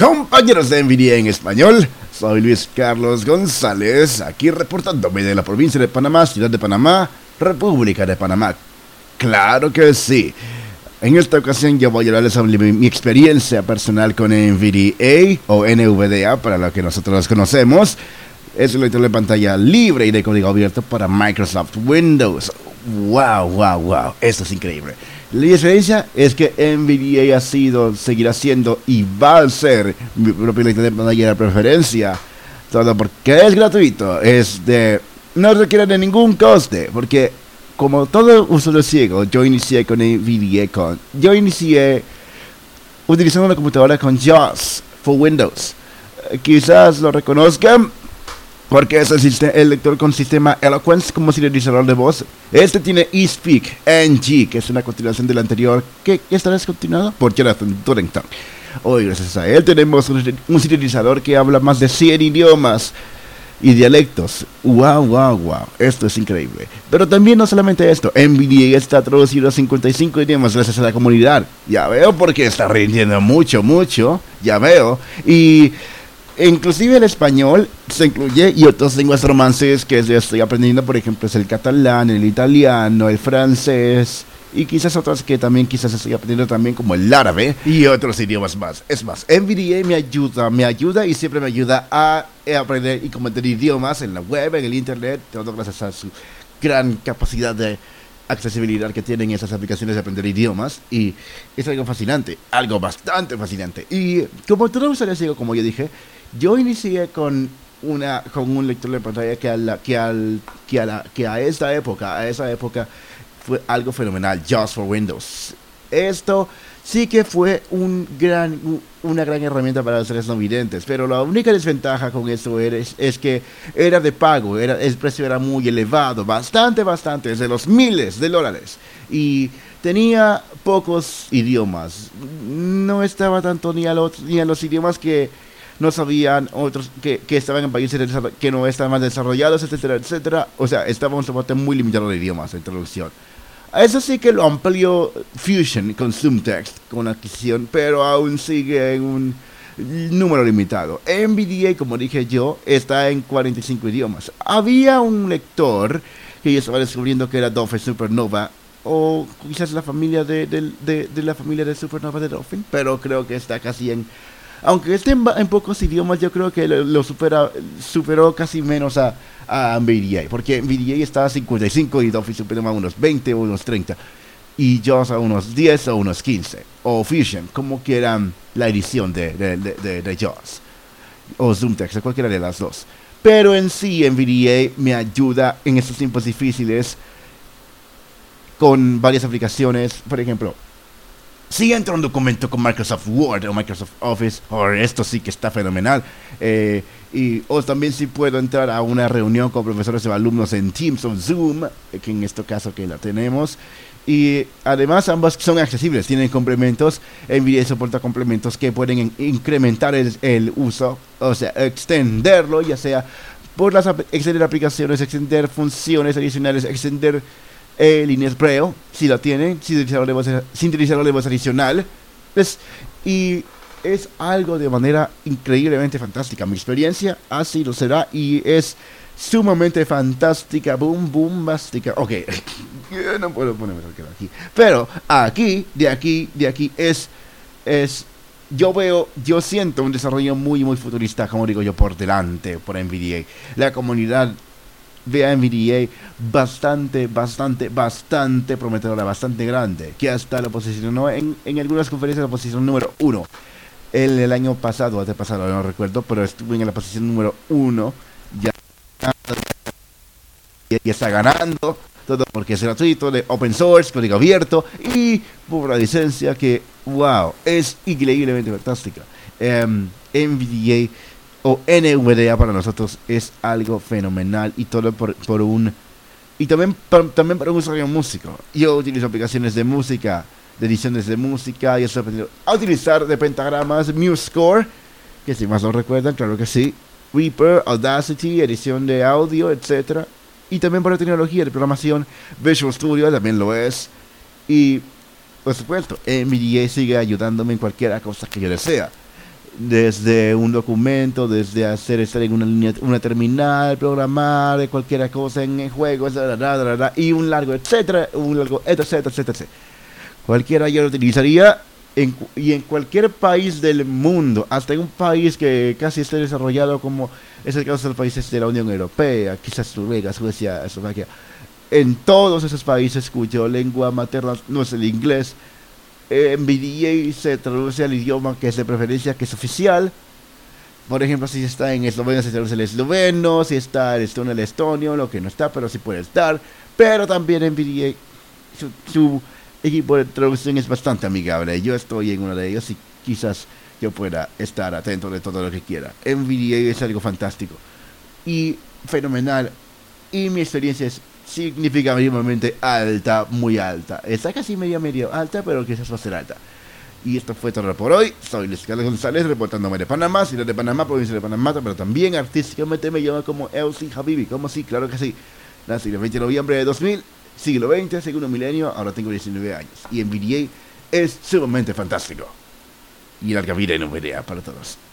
Compañeros de NVIDIA en español, soy Luis Carlos González, aquí reportándome de la provincia de Panamá, ciudad de Panamá, República de Panamá. Claro que sí. En esta ocasión yo voy a hablarles sobre mi experiencia personal con NVDA o NVDA para lo que nosotros conocemos. Es un lector de pantalla libre y de código abierto para Microsoft Windows. Wow, esto es increíble. La diferencia es que NVDA seguirá siendo y va a ser mi propio lector de pantalla de preferencia. Todo porque es gratuito, no requiere de ningún coste, porque como todo usuario ciego, yo inicié utilizando una computadora con JAWS for Windows. Quizás lo reconozcan porque es el lector con sistema Eloquence como sintetizador de voz. Este tiene eSpeak NG, que es una continuación del anterior, que está descontinuado por Jonathan Turlington. Hoy, gracias a él, tenemos un sintetizador que habla más de 100 idiomas y dialectos. Wow, esto es increíble. Pero también no solamente esto, NVDA está traducido a 55 idiomas gracias a la comunidad. Ya veo porque está rindiendo mucho, ya veo. Y inclusive el español se incluye y otras lenguas romances que yo estoy aprendiendo, por ejemplo, es el catalán, el italiano, el francés y quizás otras que también quizás estoy aprendiendo también, como el árabe y otros idiomas más. Es más, NVDA me ayuda y siempre me ayuda a aprender y comprender idiomas en la web, en el internet, todo gracias a su gran capacidad de accesibilidad que tienen esas aplicaciones de aprender idiomas, y es algo fascinante, algo bastante fascinante. Y como todo usuario ciego, como yo dije, yo inicié con un lector de pantalla que a esa época fue algo fenomenal, JAWS for Windows. Esto sí que fue una gran herramienta para los seres no videntes, pero la única desventaja con esto es que era de pago, el precio era muy elevado, bastante, es de los miles de dólares, y tenía pocos idiomas, no estaba tanto ni a los idiomas que no sabían otros que estaban en países que no estaban desarrollados, etcétera. O sea, estaba un soporte muy limitado de idiomas en traducción. Eso sí que lo amplió Fusion con ZoomText, con adquisición, pero aún sigue en un número limitado. NVDA, como dije yo, está en 45 idiomas. Había un lector que yo estaba descubriendo que era Dolphin Supernova, o quizás la familia de la familia de Supernova de Dolphin, pero creo que está casi aunque esté en pocos idiomas, yo creo que lo superó casi menos a NVDA, porque NVDA está a 55 y Dolphin Supernova a unos 20 o unos 30, y JAWS a unos 10 o unos 15, o Fusion, como quieran la edición de JAWS, o ZoomText, cualquiera de las dos. Pero en sí, NVDA me ayuda en estos tiempos difíciles con varias aplicaciones. Por ejemplo, si entra un documento con Microsoft Word o Microsoft Office, esto sí que está fenomenal. O también si puedo entrar a una reunión con profesores o alumnos en Teams o Zoom, que en este caso que la tenemos. Y además ambas son accesibles, tienen complementos. NVDA soporta complementos que pueden incrementar el uso, o sea, extenderlo, ya sea por extender aplicaciones, extender funciones adicionales, extender líneas Braille, si la tienen, sintetizador de voz adicional, y es algo de manera increíblemente fantástica. Mi experiencia así lo será y es sumamente fantástica, bombástica. Ok, no puedo ponerme aquí, pero de aquí es yo siento un desarrollo muy futurista, como digo yo, por delante, por NVDA. La comunidad ve a NVDA bastante prometedora, bastante grande, que hasta lo posicionó en algunas conferencias la posición número 1. El año pasado, antepasado, no recuerdo, pero estuvo en la posición número 1, ya está ganando, todo porque es gratuito, de open source, código abierto y por la licencia que, es increíblemente fantástica. NVDA o NVDA para nosotros es algo fenomenal, y todo también para un usuario músico. Yo utilizo aplicaciones de música, de ediciones de música, y estoy aprendiendo a utilizar de pentagramas, MuseScore, que si más no recuerdan, claro que sí, Reaper, Audacity, edición de audio, etcétera. Y también para tecnología de programación, Visual Studio también lo es. Y por supuesto, NVDA sigue ayudándome en cualquier cosa que yo desea. desde un documento, desde hacer estar en una línea, una terminal, programar cualquier cosa en juegos, y un largo etcétera, un largo etcétera, etcétera, etcétera. Cualquiera yo lo utilizaría y en cualquier país del mundo, hasta en un país que casi esté desarrollado como es el caso de los países de la Unión Europea, quizás Noruega, Suecia, Eslovaquia. En todos esos países cuya lengua materna no es el inglés, en VDA se traduce al idioma que es de preferencia, que es oficial. Por ejemplo, si está en esloveno, se traduce el esloveno, si está el estonio, el estonio, lo que no está, pero sí puede estar. Pero también en VDA su equipo de traducción es bastante amigable. Yo estoy en uno de ellos y quizás yo pueda estar atento de todo lo que quiera. NVDA es algo fantástico y fenomenal. Y mi experiencia es significativamente alta, muy alta. Está casi medio alta, pero quizás va a ser alta. Y esto fue todo por hoy. Soy Luis Carlos González, reportándome de Panamá, ciudad de Panamá, provincia de Panamá, pero también artísticamente me llamo como Elsie Habibi. Como sí, claro que sí. Nací el 20 de noviembre de 2000, siglo XX, segundo milenio, ahora tengo 19 años. Y NVDA es sumamente fantástico. Y larga vida y no pelea para todos.